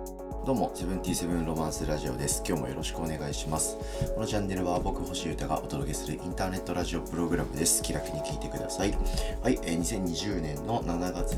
どうも、セブンティーセブンロマンスラジオです。今日もよろしくお願いします。このチャンネルは僕、星歌がお届けするインターネットラジオプログラムです。気楽に聞いてください。はい、2020年の7月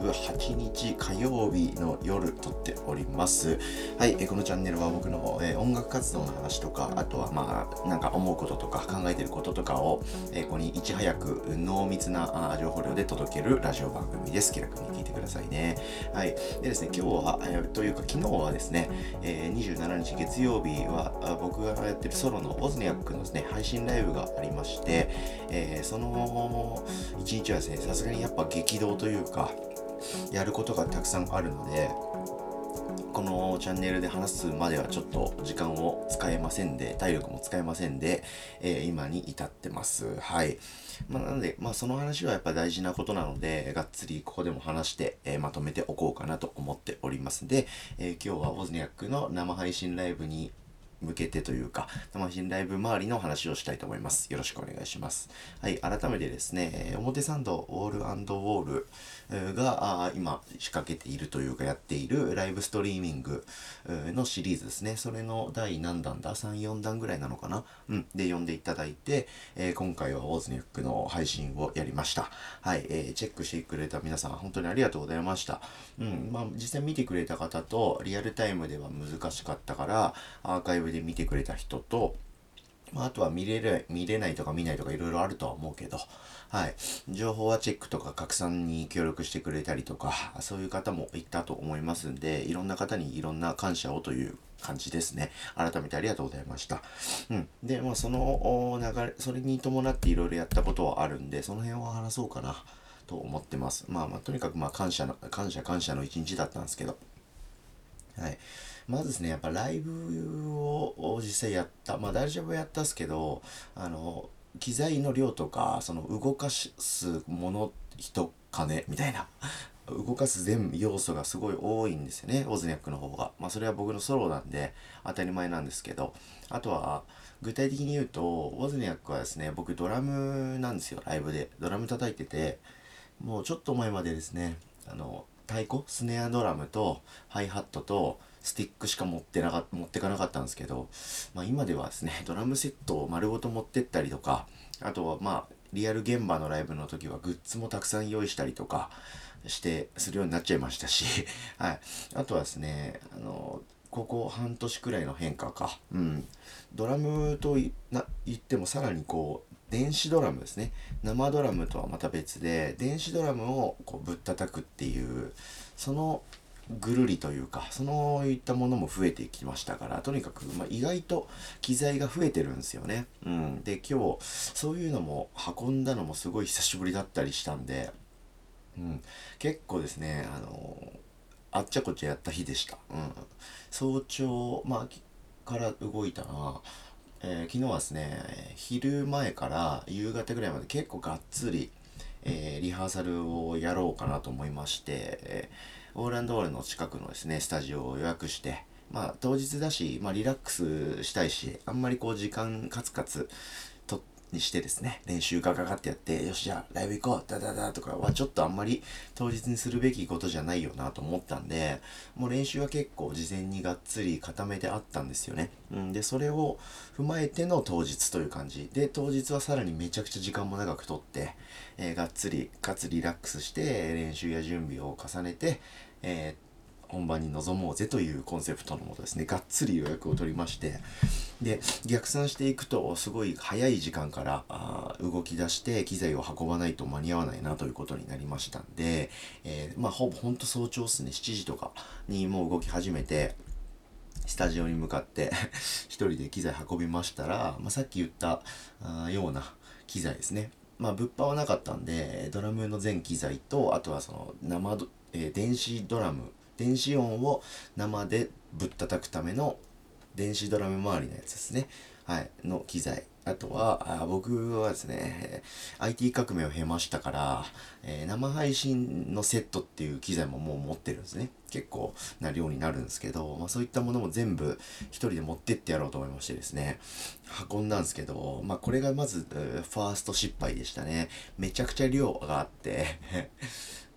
28日火曜日の夜撮っております。はい、このチャンネルは僕の、音楽活動の話とか、あとはなんか思うこととか考えてることとかを、ここにいち早く濃密な情報量で届けるラジオ番組です。気楽に聞いてくださいね。はい。でですね、今日は、というか昨日はですね、27日月曜日は僕がやってるソロのオズニャックのですね、配信ライブがありまして、その一日はですね、さすがにやっぱ激動というか、やることがたくさんあるので、このチャンネルで話すまではちょっと時間を使えませんで、体力も使えませんで、今に至ってます。はい。なので、その話はやっぱ大事なことなので、がっつりここでも話して、まとめておこうかなと思っておりますで、今日はオズニャックの生配信ライブに向けてというか、生配信ライブ周りの話をしたいと思います。よろしくお願いします。はい、改めてですね、表参道ウォール&ウォールが今仕掛けているというかやっているライブストリーミングのシリーズですね。それの第何弾だ ?3、4弾ぐらいなのかなで、読んでいただいて、今回はオーズニャックの配信をやりました。はい、チェックしてくれた皆さん、本当にありがとうございました。実際見てくれた方と、リアルタイムでは難しかったから、アーカイブで見てくれた人と、あとは見れないとか見ないとかいろいろあるとは思うけど、はい。情報はチェックとか拡散に協力してくれたりとか、そういう方もいたと思いますんで、いろんな方にいろんな感謝をという感じですね。改めてありがとうございました。で、その流れ、それに伴っていろいろやったことはあるんで、その辺を話そうかなと思ってます。とにかく感謝の一日だったんですけど、はい。まずですね、やっぱライブを実際やった。大丈夫やったっすけど、機材の量とか、その動かすもの、人、金、みたいな。動かす全要素がすごい多いんですよね、オズニャックの方が。それは僕のソロなんで、当たり前なんですけど。あとは、具体的に言うと、オズニャックはですね、僕ドラムなんですよ、ライブで。ドラム叩いてて、もうちょっと前までですね、太鼓スネアドラムとハイハットとスティックしか持ってかなかったんですけど、今ではですね、ドラムセットを丸ごと持ってったりとか、あとはリアル現場のライブの時はグッズもたくさん用意したりとかするようになっちゃいましたし、はい。あとはですね、ここ半年くらいの変化か。ドラムと言ってもさらに電子ドラムですね。生ドラムとはまた別で、電子ドラムをぶったたくっていう、そのぐるりというか、そういったものも増えてきましたから、とにかく、意外と機材が増えてるんですよね。で、今日、そういうのも運んだのもすごい久しぶりだったりしたんで、結構ですね、あっちゃこっちゃやった日でした。早朝、から動いたな。昨日はですね、昼前から夕方ぐらいまで結構がっつり、リハーサルをやろうかなと思いまして、オーランドールの近くのですね、スタジオを予約して、当日だし、リラックスしたいし、あんまり時間カツカツにしてですね、練習ガガガってやって、よしじゃあライブ行こう、ダダダとかはちょっとあんまり当日にするべきことじゃないよなと思ったんで、もう練習は結構事前にがっつり固めてあったんですよね。で、それを踏まえての当日という感じ。で、当日はさらにめちゃくちゃ時間も長くとって、がっつり、かつリラックスして、練習や準備を重ねて、本番に臨もうぜというコンセプトのもとですね、がっつり予約を取りまして、で、逆算していくと、すごい早い時間から動き出して機材を運ばないと間に合わないなということになりましたんで、ほんと早朝っすね、7時とかにもう動き始めて、スタジオに向かって一人で機材運びましたら、さっき言ったような機材ですね。物販はなかったんで、ドラムの全機材と、あとはその電子ドラム、電子音を生でぶったたくための電子ドラム周りのやつですね。はい。の機材。あとは、僕はですね、IT 革命を経ましたから、生配信のセットっていう機材ももう持ってるんですね。結構な量になるんですけど、そういったものも全部一人で持ってってやろうと思いましてですね、運んだんですけど、これがまず、ファースト失敗でしたね。めちゃくちゃ量があって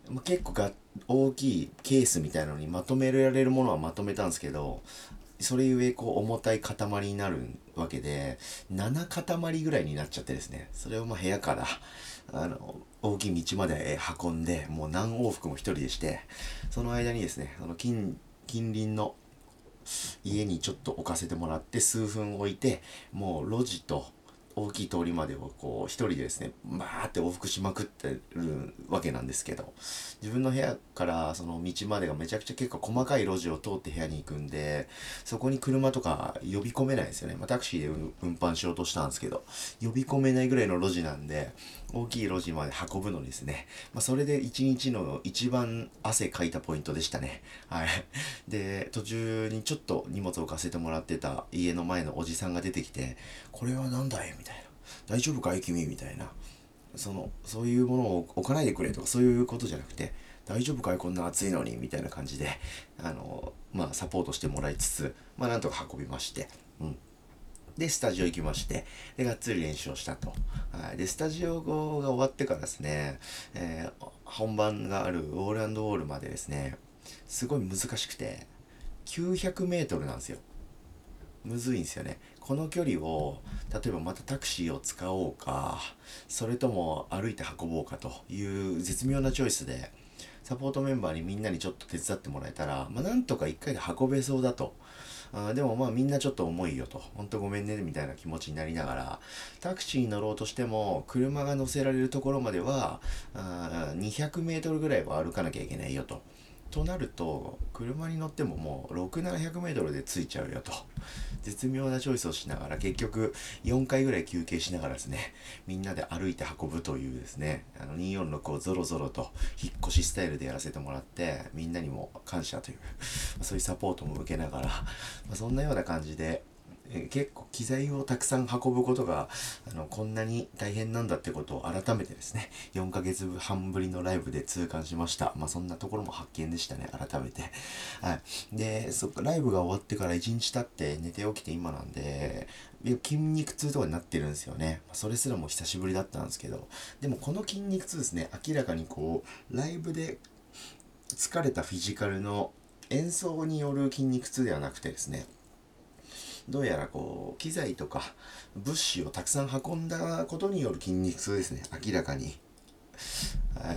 結構大きいケースみたいなのにまとめられるものはまとめたんですけど、それゆえこう重たい塊になるわけで、7塊ぐらいになっちゃってですね、それをまあ部屋から大きい道まで運んで、もう何往復も一人でして、その間にですね、近隣の家にちょっと置かせてもらって数分置いて、もう路地と大きい通りまでをこう一人でですねバーって往復しまくってるわけなんですけど、自分の部屋からその道までがめちゃくちゃ結構細かい路地を通って部屋に行くんで、そこに車とか呼び込めないですよね。タクシーで運搬しようとしたんですけど、呼び込めないぐらいの路地なんで、大きい路地まで運ぶのにですね、それで一日の一番汗かいたポイントでしたね。はい。で、途中にちょっと荷物を置かせてもらってた家の前のおじさんが出てきて、これは何だいみたいな。大丈夫かい君みたいな。そういうものを置かないでくれとかそういうことじゃなくて、大丈夫かいこんな暑いのにみたいな感じで、サポートしてもらいつつ、なんとか運びまして、うん。で、スタジオ行きまして、で、がっつり練習をしたと。はい。で、スタジオ後が終わってからですね、本番があるウォールウォールまでですね、すごい難しくて、900メートルなんですよ。むずいんですよね。この距離を、例えばまたタクシーを使おうか、それとも歩いて運ぼうかという絶妙なチョイスで、サポートメンバーにみんなにちょっと手伝ってもらえたら、なんとか一回で運べそうだと。でもみんなちょっと重いよと。ほんとごめんねみたいな気持ちになりながら、タクシーに乗ろうとしても、車が乗せられるところまでは、200メートルぐらいは歩かなきゃいけないよと。となると、車に乗ってももう6、700メートルで着いちゃうよと。絶妙なチョイスをしながら、結局4回ぐらい休憩しながらですね、みんなで歩いて運ぶというですね、246をゾロゾロと引っ越しスタイルでやらせてもらって、みんなにも感謝という、そういうサポートも受けながら、そんなような感じで、結構機材をたくさん運ぶことがこんなに大変なんだってことを改めてですね、4ヶ月半ぶりのライブで痛感しました。そんなところも発見でしたね、改めて。はい。で、そっか、ライブが終わってから1日経って寝て起きて今なんで、筋肉痛とかになってるんですよね。それすらも久しぶりだったんですけど、でもこの筋肉痛ですね、明らかにこうライブで疲れたフィジカルの演奏による筋肉痛ではなくてですね、どうやらこう機材とか物資をたくさん運んだことによる筋肉痛ですね、明らかに。はい。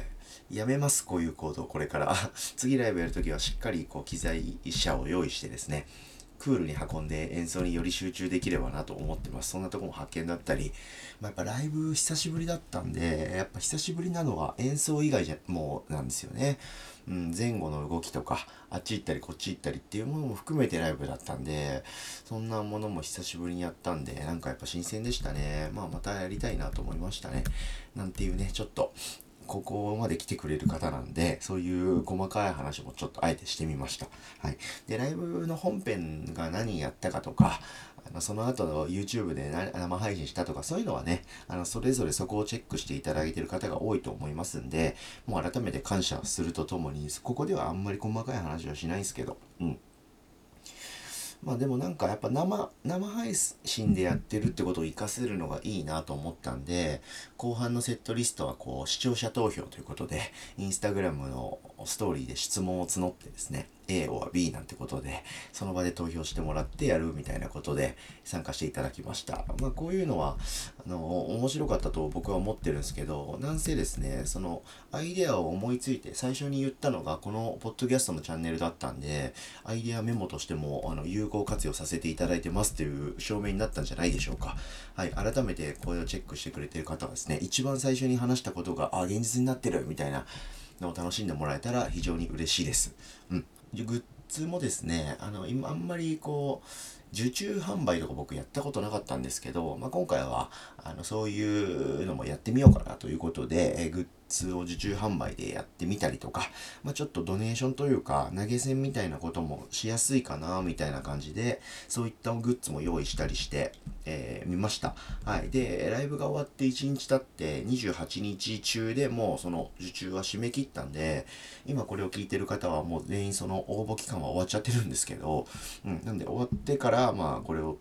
やめます、こういう行動、これから。次ライブやるときはしっかりこう機材車を用意してですね、クールに運んで演奏により集中できればなと思ってます。そんなとこも発見だったり、やっぱライブ久しぶりだったんで、やっぱ久しぶりなのは演奏以外じゃもうなんですよね。うん、前後の動きとか、あっち行ったりこっち行ったりっていうものも含めてライブだったんで、そんなものも久しぶりにやったんで、なんかやっぱ新鮮でしたね。またやりたいなと思いましたね。なんていうね、ちょっとここまで来てくれる方なんで、そういう細かい話もちょっとあえてしてみました。はい。で、ライブの本編が何やったかとか、その後の YouTube で生配信したとか、そういうのはね、それぞれそこをチェックしていただいている方が多いと思いますんで、もう改めて感謝するとともに、ここではあんまり細かい話はしないんですけど、うん。でもなんかやっぱ生配信でやってるってことを活かせるのがいいなと思ったんで、後半のセットリストはこう視聴者投票ということで、インスタグラムのストーリーで質問を募ってですね、A or B なんてことで、その場で投票してもらってやるみたいなことで参加していただきました。こういうのは、面白かったと僕は思ってるんですけど、なんせですね、そのアイデアを思いついて最初に言ったのがこのポッドキャストのチャンネルだったんで、アイデアメモとしても有効活用させていただいてますという証明になったんじゃないでしょうか。はい、改めてこれをチェックしてくれている方はですね、一番最初に話したことが現実になってるみたいなのを楽しんでもらえたら非常に嬉しいです。うん。グッズもですね、今あんまりこう受注販売とか僕やったことなかったんですけど、今回はそういうのもやってみようかなということで、グッズを受注販売でやってみたりとか、ちょっとドネーションというか投げ銭みたいなこともしやすいかなみたいな感じで、そういったグッズも用意したりして、見ました。はい。で、ライブが終わって1日経って28日中でもうその受注は締め切ったんで、今これを聞いてる方はもう全員その応募期間は終わっちゃってるんですけど、うん、なんで終わってからこれを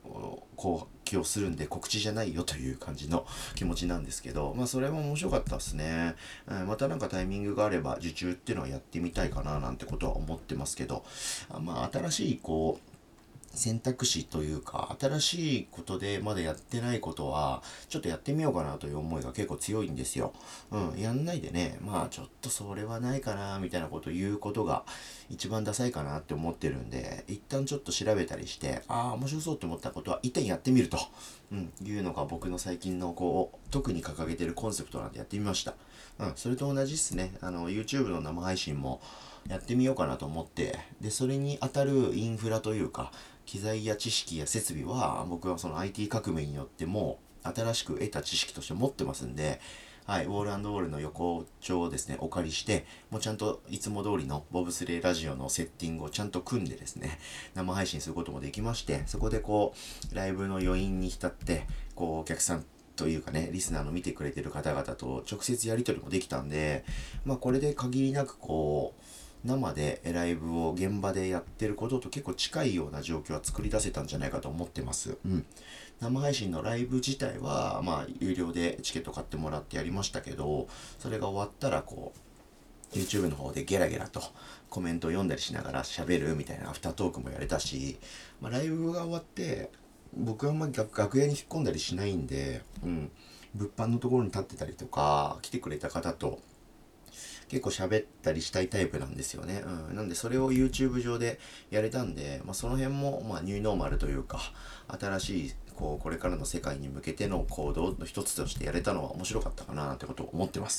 こう気をするんで告知じゃないよという感じの気持ちなんですけど、まあそれも面白かったですね。またなんかタイミングがあれば受注っていうのはやってみたいかななんてことは思ってますけど、まあ新しいこう選択肢というか、新しいことでまだやってないことは、ちょっとやってみようかなという思いが結構強いんですよ。やんないでね、まあちょっとそれはないかな、みたいなことを言うことが一番ダサいかなって思ってるんで、一旦ちょっと調べたりして、面白そうって思ったことは一旦やってみると、いうのが僕の最近のこう、特に掲げてるコンセプトなんでやってみました。それと同じっすね。YouTube の生配信もやってみようかなと思って、で、それに当たるインフラというか、機材や知識や設備は僕はその IT 革命によっても新しく得た知識として持ってますんで、はい、ウォール&ウォールの横丁をですね、お借りして、もうちゃんといつも通りのボブスレーラジオのセッティングをちゃんと組んでですね、生配信することもできまして、そこでこう、ライブの余韻に浸って、こう、お客さんというかね、リスナーの見てくれてる方々と直接やり取りもできたんで、まあこれで限りなくこう、生でライブを現場でやってることと結構近いような状況は作り出せたんじゃないかと思ってます。生配信のライブ自体は、まあ、有料でチケット買ってもらってやりましたけど、それが終わったらこう、YouTube の方でゲラゲラとコメントを読んだりしながら喋るみたいなアフタートークもやれたし、まあ、ライブが終わって、僕はあんまり楽屋に引っ込んだりしないんで、物販のところに立ってたりとか、来てくれた方と結構喋ったりしたいタイプなんですよね。なんでそれを YouTube 上でやれたんで、その辺もニューノーマルというか、新しいこれからの世界に向けての行動の一つとしてやれたのは面白かったかなってことを思ってます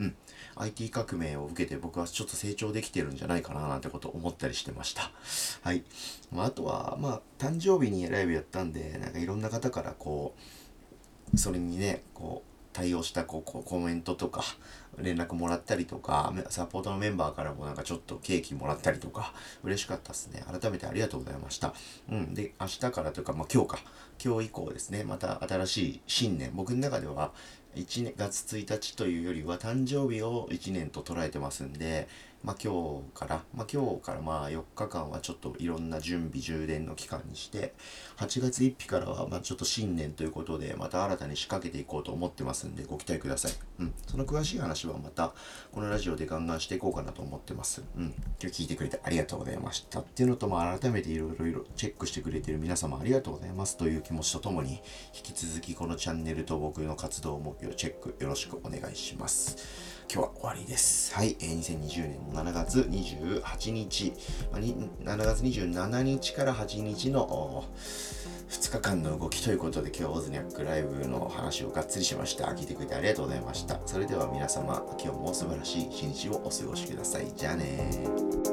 。IT 革命を受けて僕はちょっと成長できてるんじゃないかななんてことを思ったりしてました。はい。あとは、誕生日にライブやったんで、なんかいろんな方からそれにね、対応したコメントとか連絡もらったりとか、サポートのメンバーからもなんかちょっとケーキもらったりとか嬉しかったですね。改めてありがとうございました。で明日からというか、今日以降ですね、また新しい新年、僕の中では1月1日というよりは誕生日を1年と捉えてますんで、今日から4日間はちょっといろんな準備充電の期間にして、8月1日からはちょっと新年ということでまた新たに仕掛けていこうと思ってますんでご期待ください。その詳しい話はまたこのラジオでガンガンしていこうかなと思ってます。今日聞いてくれてありがとうございましたっていうのと、改めていろいろチェックしてくれている皆様ありがとうございますという気持ちとともに、引き続きこのチャンネルと僕の活動もチェックよろしくお願いします。今日は終わりです。はい、2020年の7月28日、7月27日から8日の2日間の動きということで、今日はオズニャックライブの話をがっつりしました。聞いてくれてありがとうございました。それでは皆様、今日も素晴らしい一日をお過ごしください。じゃあねー。